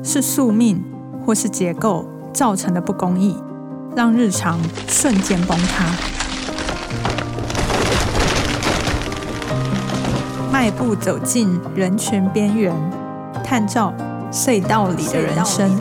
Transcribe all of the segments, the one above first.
是宿命或是结构造成的不公义，让日常瞬间崩塌。迈步走进人群边缘，探照隧道里的人生。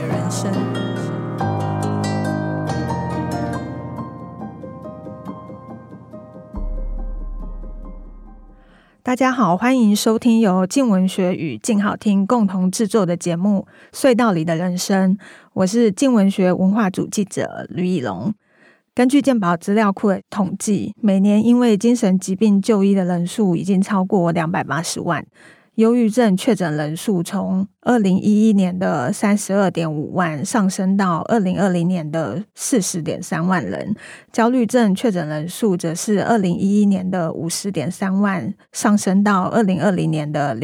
大家好，欢迎收听由静文学与静好听共同制作的节目《隧道里的人生》，我是静文学文化组记者吕以龙。根据健保资料库的统计，每年因为精神疾病就医的人数已经超过280万，忧郁症确诊人数从2011年的 32.5 万上升到2020年的 40.3 万人，焦虑症确诊人数则是2011年的 50.3 万上升到2020年的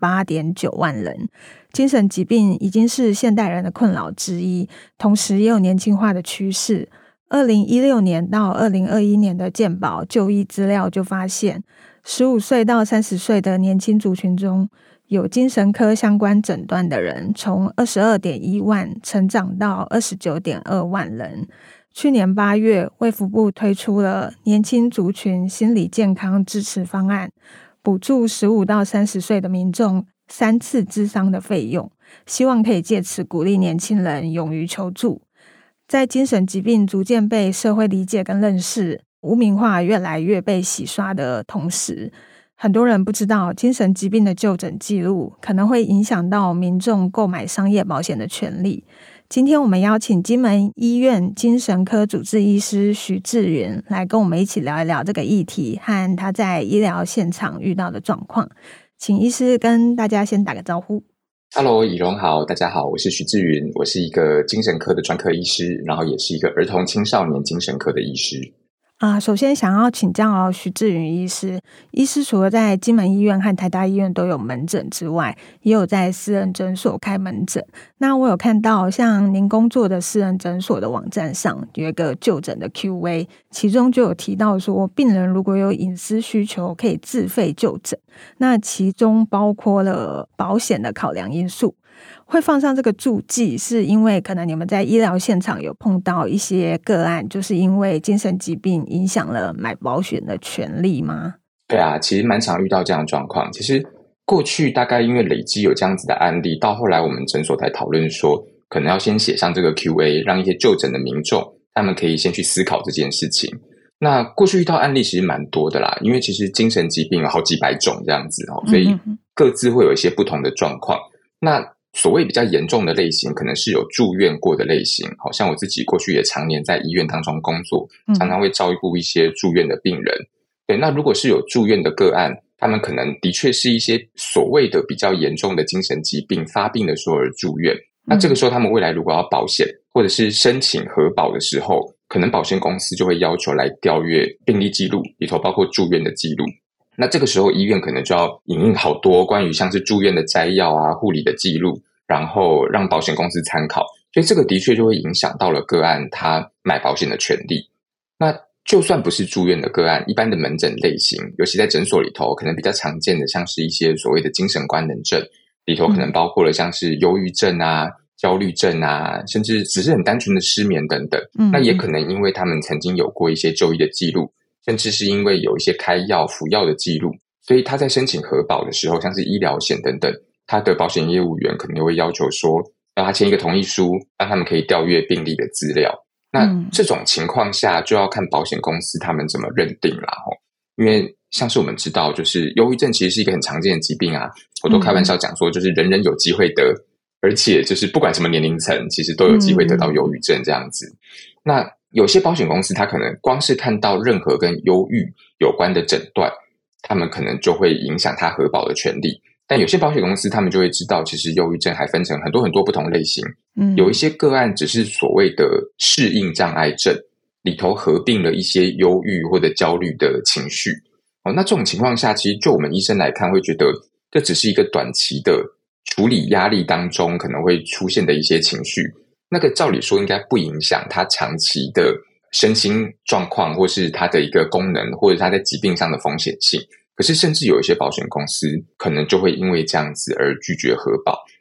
68.9 万人。精神疾病已经是现代人的困扰之一，同时也有年轻化的趋势。2016年到2021年的健保就医资料就发现，15岁到30岁的年轻族群中，有精神科相关诊断的人从 22.1 万成长到 29.2 万人。去年8月，卫福部推出了年轻族群心理健康支持方案，补助15到30岁的民众3次諮商的费用，希望可以借此鼓励年轻人勇于求助。在精神疾病逐渐被社会理解跟认识，污名化越来越被洗刷的同时，很多人不知道精神疾病的就诊记录可能会影响到民众购买商业保险的权利。今天我们邀请金门医院精神科主治医师徐志云来跟我们一起聊一聊这个议题和他在医疗现场遇到的状况。请医师跟大家先打个招呼。 Hello， 以荣好，大家好，我是徐志云，我是一个精神科的专科医师，然后也是一个儿童青少年精神科的医师。 首先想要请教徐志云医师，医师除了在金门医院和台大医院都有门诊之外，也有在私人诊所开门诊。那我有看到像您工作的私人诊所的网站上有一个就诊的 Q&A， 其中就有提到说，病人如果有隐私需求可以自费就诊，那其中包括了保险的考量因素。会放上这个注记是因为可能你们在医疗现场有碰到一些个案，就是因为精神疾病影响了买保险的权利吗？ 对啊，其实蛮常遇到这样的状况。其实过去大概因为累积有这样子的案例，到后来我们诊所才讨论说，可能要先写上这个 Q&A， 让一些就诊的民众他们可以先去思考这件事情。那过去遇到案例其实蛮多的啦，因为其实精神疾病有好几百种这样子，所以各自会有一些不同的状况。那所谓比较严重的类型，可能是有住院过的类型，好像我自己过去也常年在医院当中工作，常常会照顾一些住院的病人。对，那如果是有住院的个案，他们可能的确是一些所谓的比较严重的精神疾病发病的时候而住院。那这个时候他们未来如果要保险或者是申请核保的时候，可能保险公司就会要求来调阅病历记录，里头包括住院的记录。那这个时候医院可能就要引用好多关于像是住院的摘要啊、护理的记录，然后让保险公司参考，所以这个的确就会影响到了个案他买保险的权利。那就算不是住院的个案，一般的门诊类型，尤其在诊所里头可能比较常见的像是一些所谓的精神官能症，里头可能包括了像是忧郁症啊、焦虑症啊，甚至只是很单纯的失眠等等。那也可能因为他们曾经有过一些就医的记录，甚至是因为有一些开药服药的记录，所以他在申请核保的时候，像是医疗险等等，他的保险业务员可能会要求说让他签一个同意书，让他们可以调阅病历的资料。那这种情况下就要看保险公司他们怎么认定啦。因为像是我们知道，就是忧郁症其实是一个很常见的疾病啊，我都开玩笑讲说就是人人有机会得，而且就是不管什么年龄层其实都有机会得到忧郁症这样子。那有些保险公司他可能光是看到任何跟忧郁有关的诊断，他们可能就会影响他核保的权利。但有些保险公司他们就会知道，其实忧郁症还分成很多很多不同类型，有一些个案只是所谓的适应障碍症，里头合并了一些忧郁或者焦虑的情绪。那这种情况下，其实就我们医生来看会觉得这只是一个短期的处理压力当中可能会出现的一些情绪，那个照理说应该不影响他长期的身心状况，或是他的一个功能，或者他在疾病上的风险性。可是甚至有一些保险公司可能就会因为这样子而拒绝核保。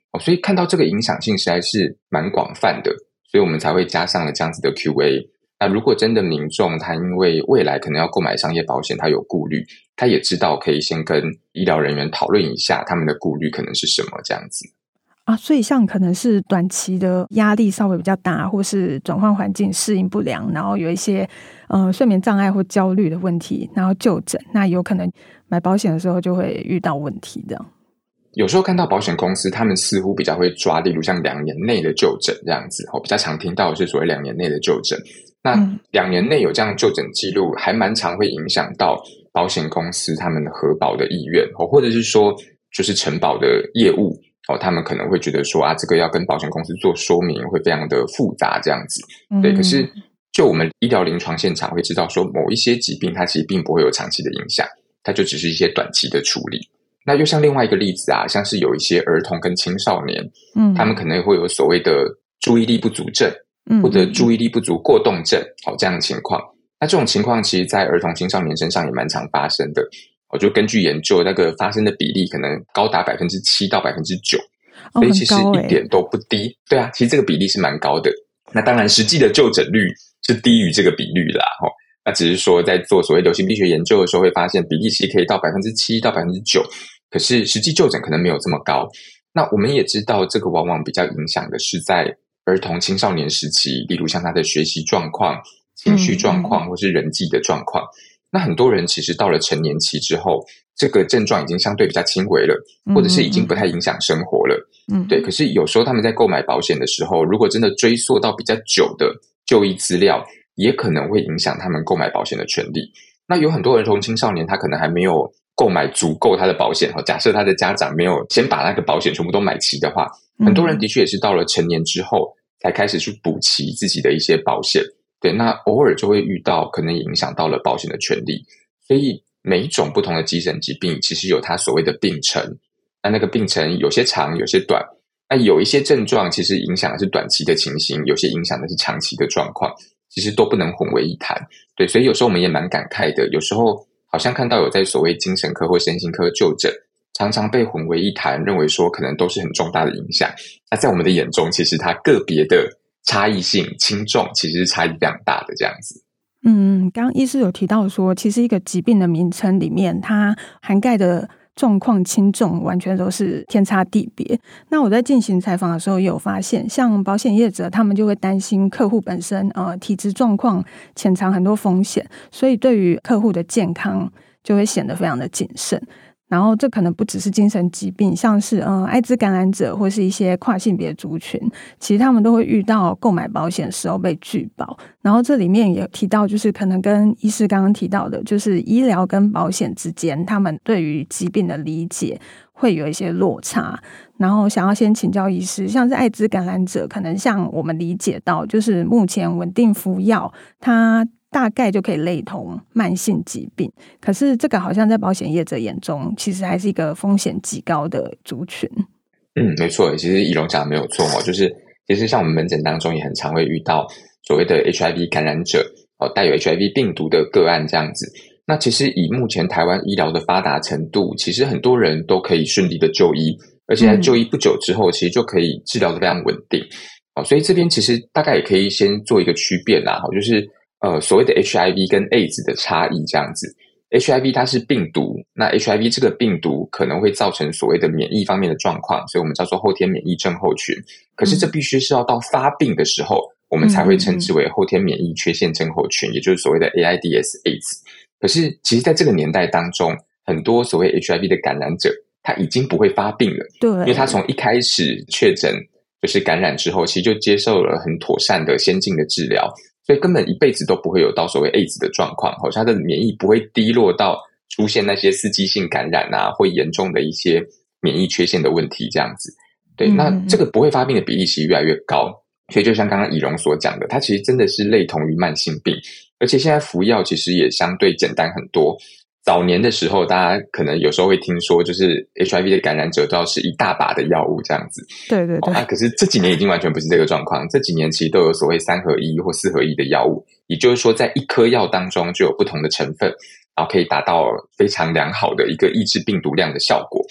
所以看到这个影响性实在是蛮广泛的，所以我们才会加上了这样子的 QA。那如果真的民众他因为未来可能要购买商业保险，他有顾虑，他也知道可以先跟医疗人员讨论一下他们的顾虑可能是什么这样子。 所以像可能是短期的压力稍微比较大，或是转换环境适应不良，然后有一些睡眠障碍或焦虑的问题，然后就诊，那有可能买保险的时候就会遇到问题的。 有时候看到保险公司他们似乎比较会抓，例如像2年内的就诊这样子，比较常听到的是所谓2年内的就诊。那2年内有这样就诊记录，还蛮常会影响到保险公司他们核保的意愿，或者是说就是承保的业务，他们可能会觉得说这个要跟保险公司做说明会非常的复杂这样子。对，可是就我们医疗临床现场会知道说，某一些疾病它其实并不会有长期的影响，它就只是一些短期的处理。那又像另外一个例子像是有一些儿童跟青少年，他们可能会有所谓的注意力不足症，或者注意力不足过动症，这样的情况。那这种情况其实在儿童青少年身上也蛮常发生的。我就根据研究，那个发生的比例可能高达 7% 到 9%，所以其实一点都不低。对啊，其实这个比例是蛮高的。那当然实际的就诊率是低于这个比率啦。那只是说在做所谓流行病学研究的时候会发现比例其实可以到 7% 到 9%， 可是实际就诊可能没有这么高。那我们也知道这个往往比较影响的是在儿童青少年时期，例如像他的学习状况、情绪状况或是人际的状况。那很多人其实到了成年期之后，这个症状已经相对比较轻微了，或者是已经不太影响生活了。对，可是有时候他们在购买保险的时候，如果真的追溯到比较久的就医资料，也可能会影响他们购买保险的权利。那有很多儿童青少年他可能还没有购买足够他的保险，假设他的家长没有先把那个保险全部都买齐的话，很多人的确也是到了成年之后才开始去补齐自己的一些保险。对，那偶尔就会遇到可能也影响到了保险的权利。所以每一种不同的精神疾病其实有它所谓的病程，那个病程有些长有些短，那有一些症状其实影响的是短期的情形，有些影响的是长期的状况，其实都不能混为一谈。对，所以有时候我们也蛮感慨的，有时候好像看到有在所谓精神科或身心科就诊，常常被混为一谈，认为说可能都是很重大的影响。那在我们的眼中，其实它个别的差异性轻重其实是差异非常大的这样子。 刚刚医师有提到说，其实一个疾病的名称里面，它涵盖的状况轻重完全都是天差地别。那我在进行采访的时候也有发现，像保险业者他们就会担心客户本身体质状况潜藏很多风险，所以对于客户的健康就会显得非常的谨慎。然后这可能不只是精神疾病，像是艾滋感染者或是一些跨性别族群，其实他们都会遇到购买保险的时候被拒保。然后这里面也提到，就是可能跟医师刚刚提到的，就是医疗跟保险之间，他们对于疾病的理解会有一些落差。然后想要先请教医师，像是艾滋感染者，可能像我们理解到，就是目前稳定服药，它大概就可以类同慢性疾病，可是这个好像在保险业者眼中其实还是一个风险极高的族群。 没错，其实宜容讲的没有错就是其实像我们门诊当中也很常会遇到所谓的 HIV 感染者带有 HIV 病毒的个案这样子。那其实以目前台湾医疗的发达程度，其实很多人都可以顺利的就医，而且在就医不久之后其实就可以治疗的非常稳定。所以这边其实大概也可以先做一个区别啦，就是所谓的 HIV 跟 AIDS 的差异这样子。HIV 它是病毒，那 HIV 这个病毒可能会造成所谓的免疫方面的状况，所以我们叫做后天免疫症候群。可是这必须是要到发病的时候，我们才会称之为后天免疫缺陷症候群，也就是所谓的 AIDS AIDS。可是其实在这个年代当中，很多所谓 HIV 的感染者他已经不会发病了， 对， 因为他从一开始确诊就是感染之后，其实就接受了很妥善的先进的治疗，所以根本一辈子都不会有到所谓 AIDS 的状况，他的免疫不会低落到出现那些刺激性感染或严重的一些免疫缺陷的问题这样子。对，那这个不会发病的比例其实越来越高，所以就像刚刚宜容所讲的，它其实真的是类同于慢性病，而且现在服药其实也相对简单很多。早年的时候大家可能有时候会听说，就是 HIV 的感染者都要吃一大把的药物这样子。 对对对， 可是这几年已经完全不是这个状况，这几年其实都有所谓3合1或4合1的药物，也就是说在一颗药当中就有不同的成分，然后可以达到非常良好的一个抑制病毒量的效果。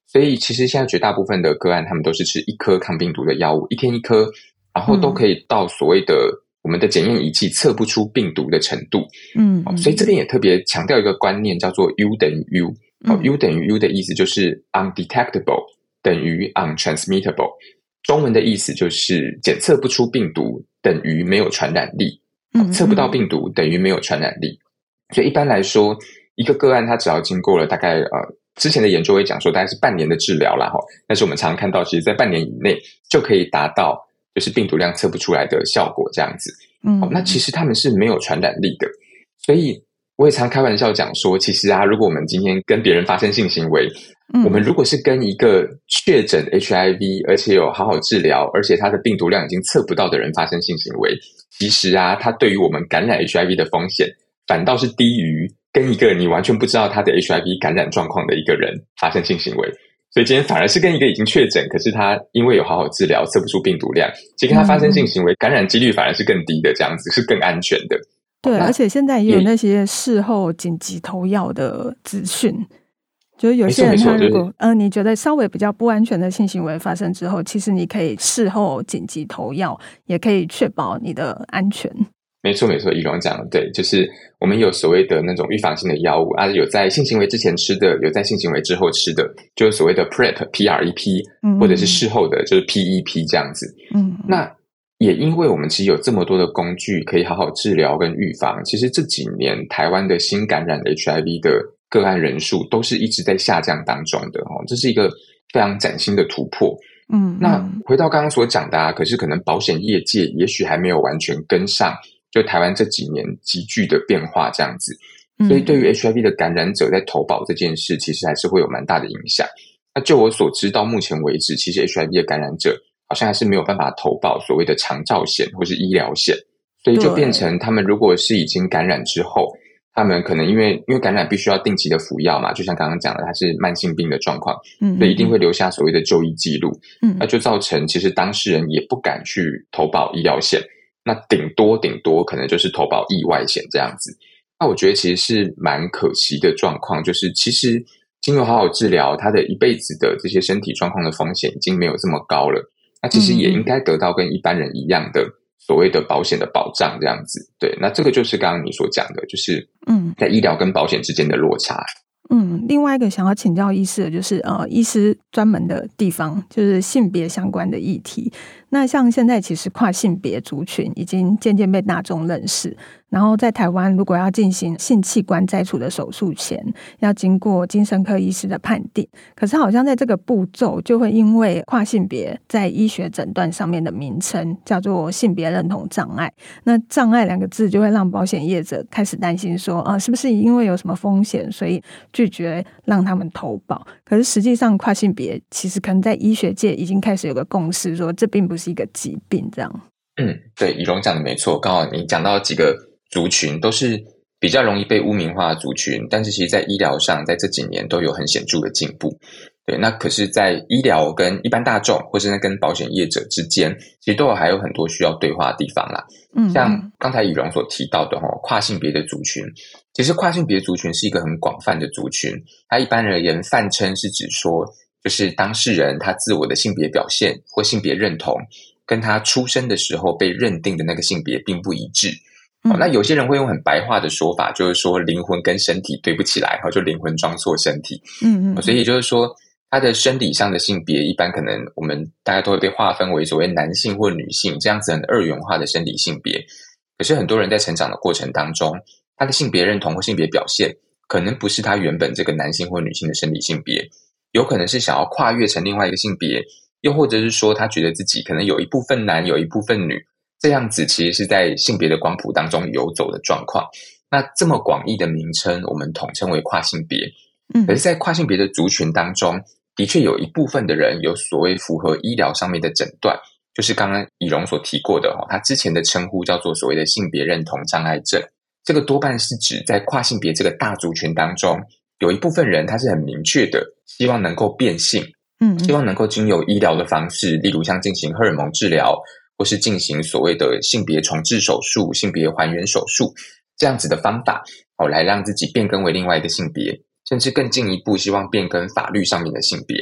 所以其实现在绝大部分的个案，他们都是吃1颗抗病毒的药物，1天1颗，然后都可以到所谓的我们的检验仪器测不出病毒的程度。所以这边也特别强调一个观念，叫做 U 等于 U。U 等于 U 的意思就是 undetectable 等于 untransmittable， 中文的意思就是检测不出病毒等于没有传染力，测不到病毒等于没有传染力。所以一般来说，一个个案它只要经过了大概之前的研究会讲说大概是半年的治疗啦，但是我们常常看到其实在半年以内就可以达到就是病毒量测不出来的效果这样子。那其实他们是没有传染力的。所以我也常开玩笑讲说，其实如果我们今天跟别人发生性行为，我们如果是跟一个确诊 HIV 而且有好好治疗，而且他的病毒量已经测不到的人发生性行为，其实他对于我们感染 HIV 的风险反倒是低于跟一个你完全不知道他的 HIV 感染状况的一个人发生性行为。所以今天反而是跟一个已经确诊，可是他因为有好好治疗测不出病毒量，其实跟他发生性行为感染几率反而是更低的，这样子是更安全的。 对，而且现在也有那些事后紧急投药的资讯，就是有些人他如果你觉得稍微比较不安全的性行为发生之后，其实你可以事后紧急投药，也可以确保你的安全。 没错，宜蓉讲的对，就是我们有所谓的那种预防性的药物有在性行为之前吃的，有在性行为之后吃的，就是所谓的 PrEP，或者是事后的就是 PEP 这样子。那也因为我们其实有这么多的工具可以好好治疗跟预防，其实这几年台湾的新感染 HIV 的个案人数都是一直在下降当中的，这是一个非常崭新的突破。那回到刚刚所讲的可是可能保险业界也许还没有完全跟上就台湾这几年急剧的变化这样子，所以对于 HIV 的感染者在投保这件事其实还是会有蛮大的影响。那就我所知到目前为止，其实 HIV 的感染者好像还是没有办法投保所谓的长照险或是医疗险，所以就变成他们如果是已经感染之后，他们可能因为感染必须要定期的服药嘛，就像刚刚讲的它是慢性病的状况，所以一定会留下所谓的就医记录，那就造成其实当事人也不敢去投保医疗险，那顶多可能就是投保意外险这样子。那我觉得其实是蛮可惜的状况，就是其实经由好好治疗，他的一辈子的这些身体状况的风险已经没有这么高了，那其实也应该得到跟一般人一样的所谓的保险的保障这样子。对，那这个就是刚刚你所讲的，就是在医疗跟保险之间的落差。 另外一个想要请教医师的就是医师专门的地方，就是性别相关的议题。那像现在其实跨性别族群已经渐渐被大众认识，然后在台湾如果要进行性器官摘除的手术前，要经过精神科医师的判定，可是好像在这个步骤就会因为跨性别在医学诊断上面的名称叫做性别认同障碍，那障碍2个字就会让保险业者开始担心说是不是因为有什么风险所以拒绝让他们投保。可是实际上跨性别其实可能在医学界已经开始有个共识，说这并不是一个疾病这样。 对，宜蓉讲的没错，刚好你讲到几个族群都是比较容易被污名化的族群，但是其实在医疗上在这几年都有很显著的进步。对，那可是在医疗跟一般大众或是跟保险业者之间，其实都还有很多需要对话的地方啦。像刚才宜蓉所提到的跨性别的族群，其实跨性别族群是一个很广泛的族群，它一般而言泛称是指说就是当事人他自我的性别表现或性别认同跟他出生的时候被认定的那个性别并不一致。那有些人会用很白话的说法，就是说灵魂跟身体对不起来，就灵魂装错身体。所以就是说他的生理上的性别一般可能我们大家都会被划分为所谓男性或女性这样子很二元化的生理性别。可是很多人在成长的过程当中，他的性别认同或性别表现可能不是他原本这个男性或女性的生理性别，有可能是想要跨越成另外一个性别，又或者是说他觉得自己可能有一部分男有一部分女，这样子其实是在性别的光谱当中游走的状况。那这么广义的名称我们统称为跨性别。可是在跨性别的族群当中，的确有一部分的人有所谓符合医疗上面的诊断，就是刚刚宜蓉所提过的他之前的称呼叫做所谓的性别认同障碍症。这个多半是指在跨性别这个大族群当中，有一部分人他是很明确的希望能够变性，希望能够经由医疗的方式，例如像进行荷尔蒙治疗，或是进行所谓的性别重置手术、性别还原手术这样子的方法，来让自己变更为另外一个性别，甚至更进一步希望变更法律上面的性别。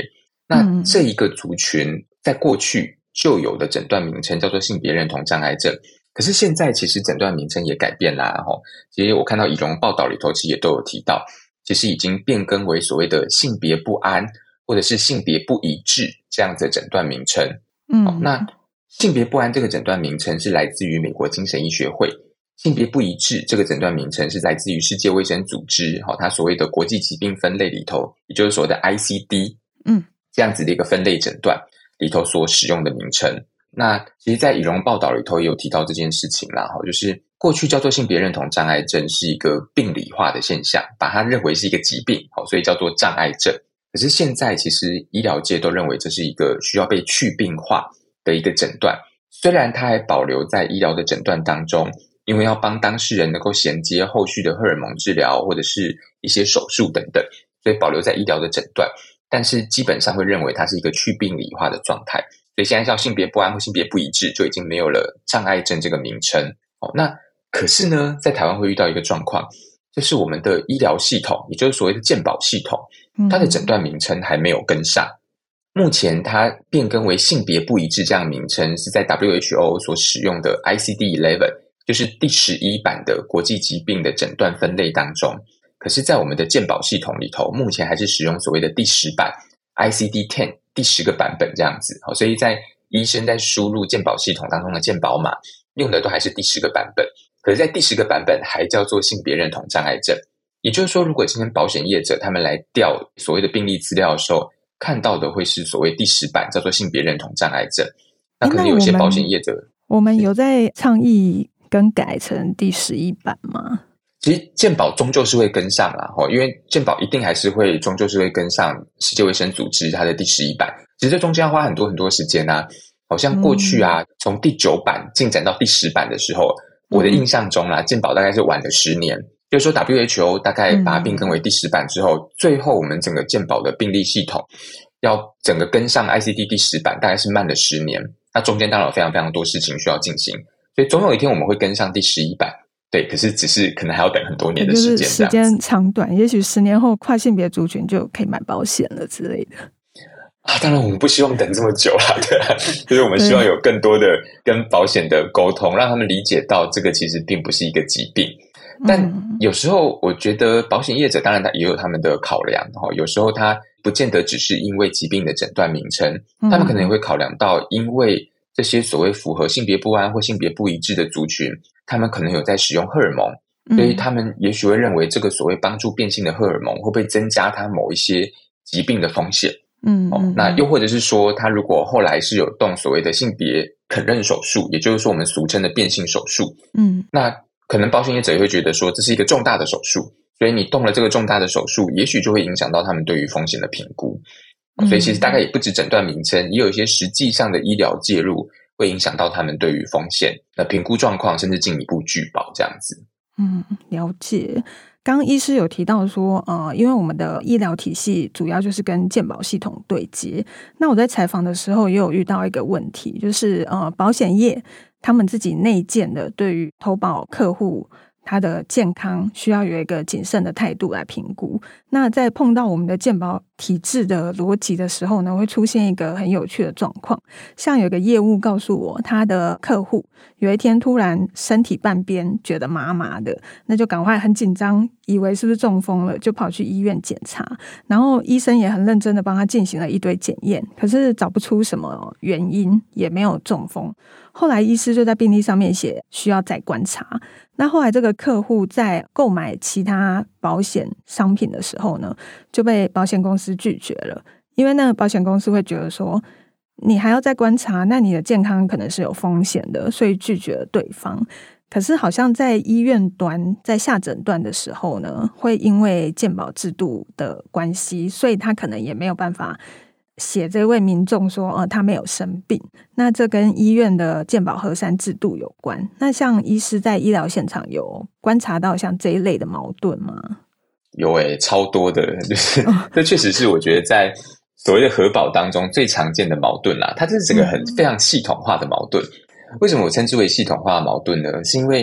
那这一个族群在过去就有的诊断名称叫做性别认同障碍症，可是现在其实诊断名称也改变啦。其实我看到以荣报道里头其实也都有提到，其实已经变更为所谓的性别不安或者是性别不一致这样子的诊断名称。那性别不安这个诊断名称是来自于美国精神医学会，性别不一致这个诊断名称是来自于世界卫生组织它所谓的国际疾病分类里头，也就是所谓的 ICD 这样子的一个分类诊断里头所使用的名称。那其实在以荣报道里头也有提到这件事情啦，就是过去叫做性别认同障碍症是一个病理化的现象，把它认为是一个疾病，所以叫做障碍症。可是现在其实医疗界都认为这是一个需要被去病化的一个诊断，虽然它还保留在医疗的诊断当中，因为要帮当事人能够衔接后续的荷尔蒙治疗或者是一些手术等等，所以保留在医疗的诊断，但是基本上会认为它是一个去病理化的状态，所以现在叫性别不安或性别不一致就已经没有了障碍症这个名称。那可是呢，在台湾会遇到一个状况，就是我们的医疗系统，也就是所谓的健保系统，它的诊断名称还没有跟上。目前它变更为性别不一致这样名称是在 WHO 所使用的 ICD-11， 就是第11版的国际疾病的诊断分类当中，可是在我们的健保系统里头，目前还是使用所谓的第10版 ICD-10 第10个版本这样子。所以在医生在输入健保系统当中的健保码用的都还是第10个版本，可是在第10个版本还叫做性别认同障碍症。也就是说，如果今天保险业者他们来调所谓的病历资料的时候，看到的会是所谓第10版叫做性别认同障碍症。那可能有些保险业者， 我们有在倡议更改成第11版吗？ 其实健保终究是会跟上啦，因为健保一定还是会终究是会跟上世界卫生组织它的第11版，只是这中间要花很多时间啊。好像过去从第9版进展到第10版的时候，我的印象中啦，健保大概是晚了10年，就是说 WHO 大概把它并更为第10版之后，最后我们整个健保的病历系统要整个跟上 ICD 第10版大概是慢了10年，那中间当然有非常非常多事情需要进行，所以总有一天我们会跟上第11版。对，可是只是可能还要等很多年的时间， 就是时间长短，也许10年后跨性别族群就可以买保险了之类的。 当然我们不希望等这么久啦，对啊，就是我们希望有更多的跟保险的沟通，让他们理解到这个其实并不是一个疾病。但有时候我觉得保险业者当然他也有他们的考量，有时候他不见得只是因为疾病的诊断名称，他们可能也会考量到因为这些所谓符合性别不安或性别不一致的族群，他们可能有在使用荷尔蒙，所以他们也许会认为这个所谓帮助变性的荷尔蒙会不会增加他某一些疾病的风险。那又或者是说他如果后来是有动所谓的性别肯认手术，也就是说我们俗称的变性手术，那可能保险业者也会觉得说这是一个重大的手术，所以你动了这个重大的手术，也许就会影响到他们对于风险的评估。所以其实大概也不止诊断名称，也有一些实际上的医疗介入会影响到他们对于风险的评估状况，甚至进一步拒保这样子。 了解。刚刚医师有提到说因为我们的医疗体系主要就是跟健保系统对接，那我在采访的时候也有遇到一个问题，就是保险业他们自己内建的对于投保客户他的健康需要有一个谨慎的态度来评估。那在碰到我们的健保体制的逻辑的时候呢，会出现一个很有趣的状况。像有个业务告诉我，他的客户有一天突然身体半边觉得麻麻的，那就赶快很紧张，以为是不是中风了，就跑去医院检查，然后医生也很认真的帮他进行了一堆检验，可是找不出什么原因，也没有中风。后来医师就在病历上面写需要再观察。那后来这个客户在购买其他保险商品的时候呢，就被保险公司拒绝了，因为那个保险公司会觉得说你还要再观察，那你的健康可能是有风险的，所以拒绝了对方。可是好像在医院端在下诊断的时候呢，会因为健保制度的关系，所以他可能也没有办法写这位民众说他没有生病，那这跟医院的健保核删制度有关。那像医师在医疗现场有观察到像这一类的矛盾吗？ 有超多的，就是这确实是我觉得在所谓的核保当中最常见的矛盾啦。它这是整个非常系统化的矛盾。为什么我称之为系统化的矛盾呢？是因为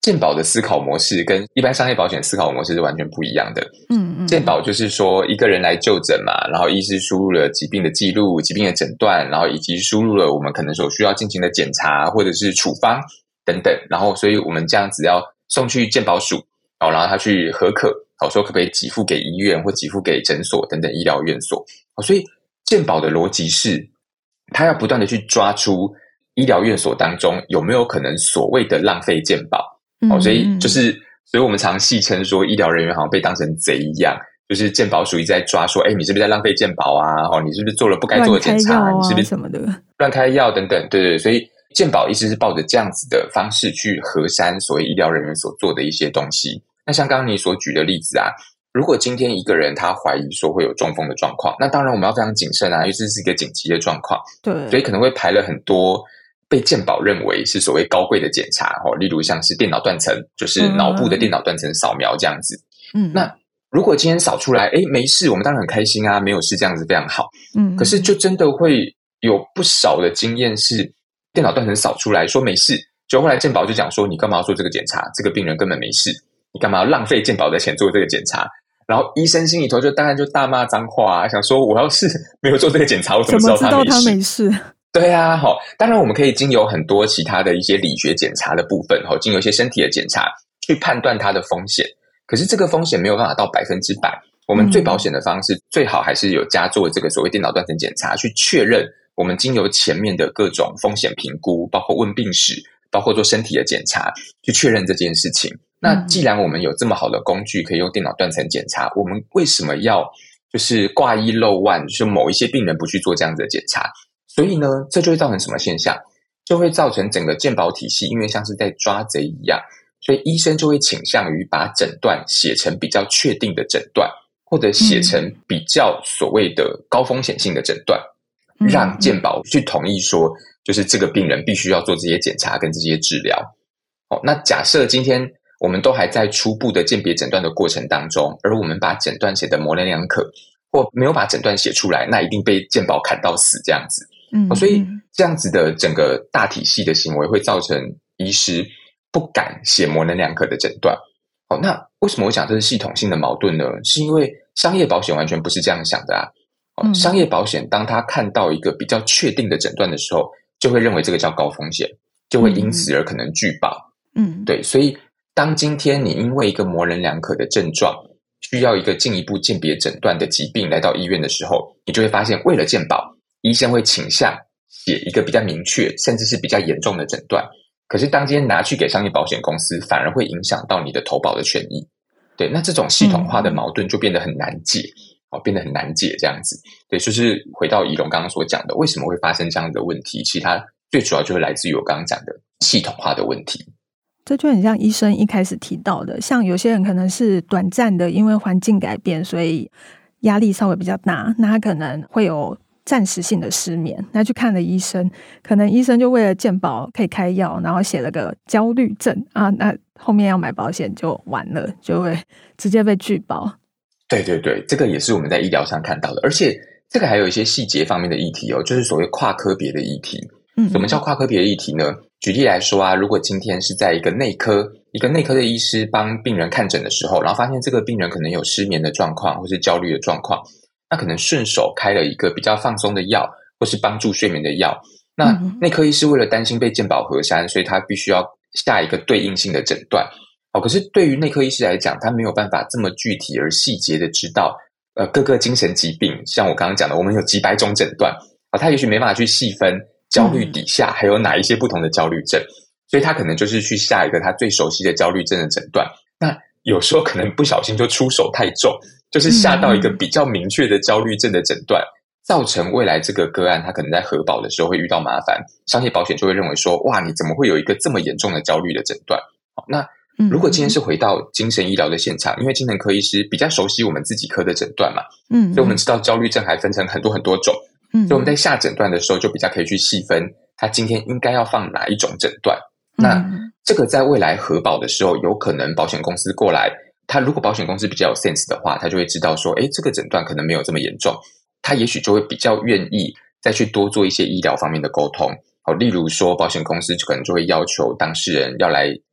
健保的思考模式跟一般商业保险思考模式是完全不一样的。健保就是说一个人来就诊嘛，然后医师输入了疾病的记录、疾病的诊断，然后以及输入了我们可能所需要进行的检查或者是处方等等，然后所以我们这样子要送去健保署，然后他去核可，说可不可以给付给医院或给付给诊所等等医疗院所。所以健保的逻辑是他要不断的去抓出医疗院所当中有没有可能所谓的浪费健保。所以我们常戏称说医疗人员好像被当成贼一样，就是健保署一直在抓说你是不是在浪费健保啊，你是不是做了不该做的检查，你是不是什么的乱开药等等。对，所以健保一直是抱着这样子的方式去核删所谓医疗人员所做的一些东西。那像刚刚你所举的例子啊，如果今天一个人他怀疑说会有中风的状况，那当然我们要非常谨慎啊，因为这是一个紧急的状况。 对， 所以可能会排了很多被健保认为是所谓高贵的检查，例如像是电脑断层，就是脑部的电脑断层扫描这样子。那如果今天扫出来没事，我们当然很开心啊，没有事这样子非常好。可是就真的会有不少的经验是电脑断层扫出来说没事，就后来健保就讲说你干嘛要做这个检查，这个病人根本没事，你干嘛要浪费健保的钱做这个检查。然后医生心里头当然就大骂脏话啊，想说我要是没有做这个检查，我怎么知道他没事？对啊，当然我们可以经由很多其他的一些理学检查的部分，经由一些身体的检查去判断它的风险。可是这个风险没有办法到100%，我们最保险的方式最好还是有加做这个所谓电脑断层检查，去确认我们经由前面的各种风险评估，包括问病史，包括做身体的检查，去确认这件事情。那既然我们有这么好的工具可以用电脑断层检查，我们为什么要就是挂一漏万，就是某一些病人不去做这样子的检查？所以呢，这就会造成什么现象？就会造成整个健保体系因为像是在抓贼一样，所以医生就会倾向于把诊断写成比较确定的诊断，或者写成比较所谓的高风险性的诊断，让健保去同意说就是这个病人必须要做这些检查跟这些治疗。那假设今天我们都还在初步的鉴别诊断的过程当中，而我们把诊断写得模棱两可，或没有把诊断写出来，那一定被健保砍到死这样子。所以这样子的整个大体系的行为会造成医师不敢写模棱两可的诊断。那为什么我讲这是系统性的矛盾呢？是因为商业保险完全不是这样想的啊。商业保险当他看到一个比较确定的诊断的时候，就会认为这个叫高风险，就会因此而可能拒保。对，所以当今天你因为一个模棱两可的症状需要一个进一步鉴别诊断的疾病来到医院的时候，你就会发现为了健保，医生会倾向写一个比较明确甚至是比较严重的诊断。可是当今天拿去给商业保险公司，反而会影响到你的投保的权益。对，那这种系统化的矛盾就变得很难解，变得很难解这样子。对，就是回到宜容刚刚所讲的，为什么会发生这样的问题，其实它最主要就会来自于我刚刚讲的系统化的问题。 这就很像医生一开始提到的，像有些人可能是短暂的因为环境改变，所以压力稍微比较大，那他可能会有暂时性的失眠，那去看了医生，可能医生就为了健保可以开药，然后写了个焦虑症啊，那后面要买保险就完了，就会直接被拒保。 对对对，这个也是我们在医疗上看到的，而且这个还有一些细节方面的议题就是所谓跨科别的议题。什么叫跨科别的议题呢？举例来说啊，如果今天是在一个内科的医师帮病人看诊的时候，然后发现这个病人可能有失眠的状况或是焦虑的状况，那可能顺手开了一个比较放松的药或是帮助睡眠的药，那内科医师为了担心被健保核删，所以他必须要下一个对应性的诊断。可是对于内科医师来讲，他没有办法这么具体而细节的知道各个精神疾病，像我刚刚讲的我们有几百种诊断，他也许没办法去细分焦虑底下还有哪一些不同的焦虑症，所以他可能就是去下一个他最熟悉的焦虑症的诊断。那有时候可能不小心就出手太重，就是下到一个比较明确的焦虑症的诊断，造成未来这个个案他可能在核保的时候会遇到麻烦，商业保险就会认为说，哇，你怎么会有一个这么严重的焦虑的诊断？那如果今天是回到精神医疗的现场，因为精神科医师比较熟悉我们自己科的诊断嘛，所以我们知道焦虑症还分成很多很多种，所以我们在下诊断的时候就比较可以去细分他今天应该要放哪一种诊断。那这个在未来核保的时候，有可能保险公司过来，他如果保险公司比较有 sense 的话，他就会知道说，这个诊断可能没有这么严重，他也许就会比较愿意再去多做一些医疗方面的沟通。例如说保险公司可能就会要求当事人要来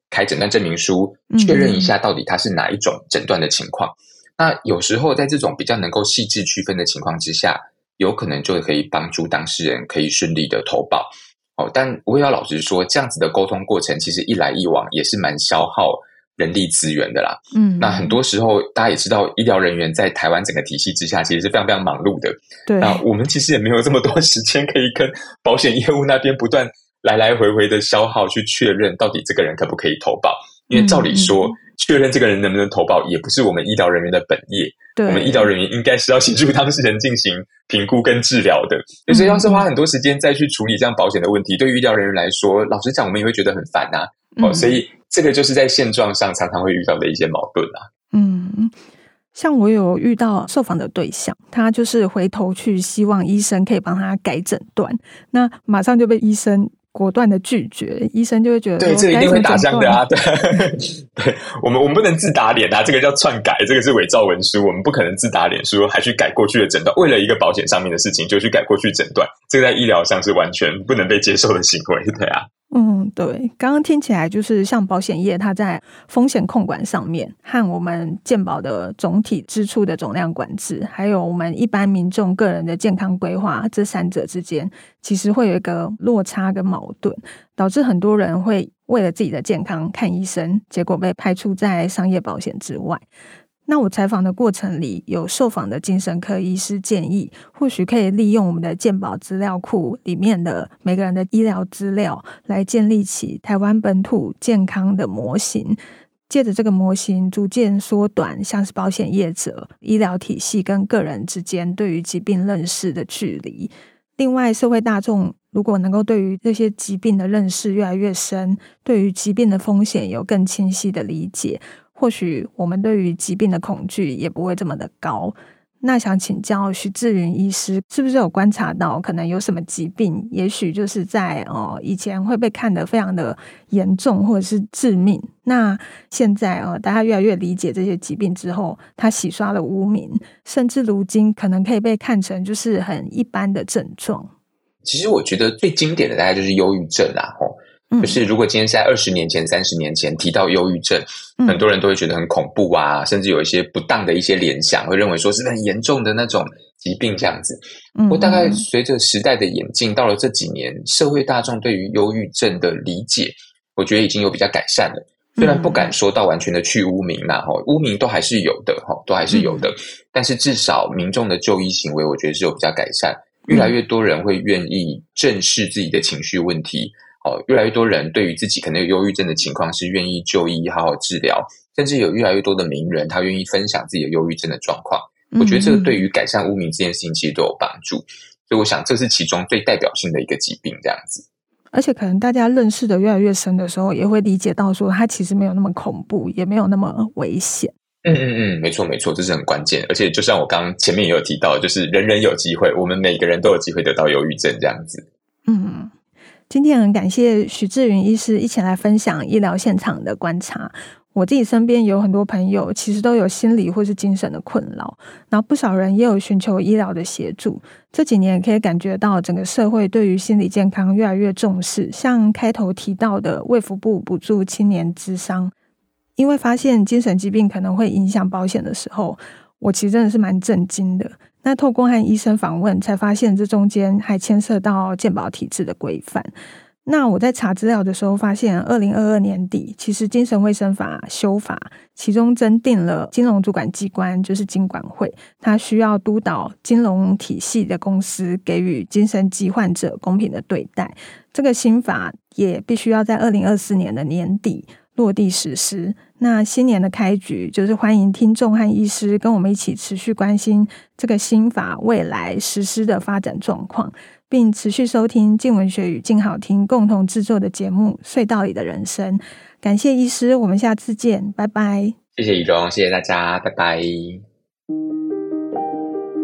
开诊断证明书，确认一下到底它是哪一种诊断的情况。那有时候在这种比较能够细致区分的情况之下，有可能就可以帮助当事人可以顺利的投保。但我也要老实说，这样子的沟通过程其实一来一往也是蛮消耗人力资源的啦。那很多时候大家也知道，医疗人员在台湾整个体系之下其实是非常非常忙碌的。 对， 那我们其实也没有这么多时间可以跟保险业务那边不断来来回回的消耗去确认到底这个人可不可以投保。因为照理说，确认这个人能不能投保也不是我们医疗人员的本业，我们医疗人员应该是要协助当事人进行评估跟治疗的，所以要是花很多时间再去处理这样保险的问题，对于医疗人员来说，老实讲我们也会觉得很烦啊。所以这个就是在现状上常常会遇到的一些矛盾啊。 像我有遇到受访的对象，他就是回头去希望医生可以帮他改诊断，那马上就被医生果断的拒绝，医生就会觉得对，这一定会打枪的啊。对对，我们不能自打脸啊，这个叫篡改，这个是伪造文书，我们不可能自打脸说还去改过去的诊断，为了一个保险上面的事情就去改过去诊断，这个在医疗上是完全不能被接受的行为。对啊。 对，刚刚听起来就是像保险业它在风险控管上面和我们健保的总体支出的总量管制，还有我们一般民众个人的健康规划，这三者之间其实会有一个落差跟矛盾，导致很多人会为了自己的健康看医生，结果被排除在商业保险之外。那我采访的过程里，有受访的精神科医师建议，或许可以利用我们的健保资料库里面的每个人的医疗资料，来建立起台湾本土健康的模型，借着这个模型逐渐缩短像是保险业者、医疗体系跟个人之间对于疾病认识的距离。另外，社会大众如果能够对于这些疾病的认识越来越深，对于疾病的风险有更清晰的理解，或许我们对于疾病的恐惧也不会这么的高。那想请教许志云医师，是不是有观察到可能有什么疾病，也许就是在以前会被看得非常的严重或者是致命，那现在大家越来越理解这些疾病之后，它洗刷了污名，甚至如今可能可以被看成就是很一般的症状。 其实我觉得最经典的大概就是忧郁症啦。就是如果今天是在20年前30年前提到忧郁症，很多人都会觉得很恐怖啊，甚至有一些不当的一些联想，会认为说是很严重的那种疾病这样子。不过大概随着时代的演进，到了这几年，社会大众对于忧郁症的理解，我觉得已经有比较改善了。虽然不敢说到完全的去污名啦，污名都还是有的，都还是有的，但是至少民众的就医行为我觉得是有比较改善，越来越多人会愿意正视自己的情绪问题，越来越多人对于自己可能有忧郁症的情况是愿意就医好好治疗，甚至有越来越多的名人他愿意分享自己的忧郁症的状况。我觉得这个对于改善污名这件事情其实都有帮助，所以我想这是其中最代表性的一个疾病这样子。 而且可能大家认识的越来越深的时候，也会理解到说它其实没有那么恐怖，也没有那么危险。 没错没错，这是很关键。而且就像我刚刚前面也有提到，就是人人有机会，我们每个人都有机会得到忧郁症这样子。 今天很感谢许志云医师一起来分享医疗现场的观察。我自己身边有很多朋友其实都有心理或是精神的困扰，然后不少人也有寻求医疗的协助。这几年也可以感觉到整个社会对于心理健康越来越重视，像开头提到的卫福部补助青年諮商，因为发现精神疾病可能会影响保险的时候，我其实真的是蛮震惊的。那透过和医生访问才发现这中间还牵涉到健保体制的规范。那我在查资料的时候发现2022年底其实精神卫生法修法，其中增订了金融主管机关就是金管会，它需要督导金融体系的公司给予精神疾患者公平的对待。这个新法也必须要在2024年的年底落地实施。那新年的开局就是欢迎听众和医师跟我们一起持续关心这个新法未来实施的发展状况，并持续收听静文学与静好听共同制作的节目《隧道里的人生》。感谢医师，我们下次见，拜拜。 谢谢怡蓉，谢谢大家，拜拜。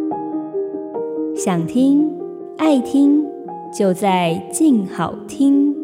想听爱听就在静好听。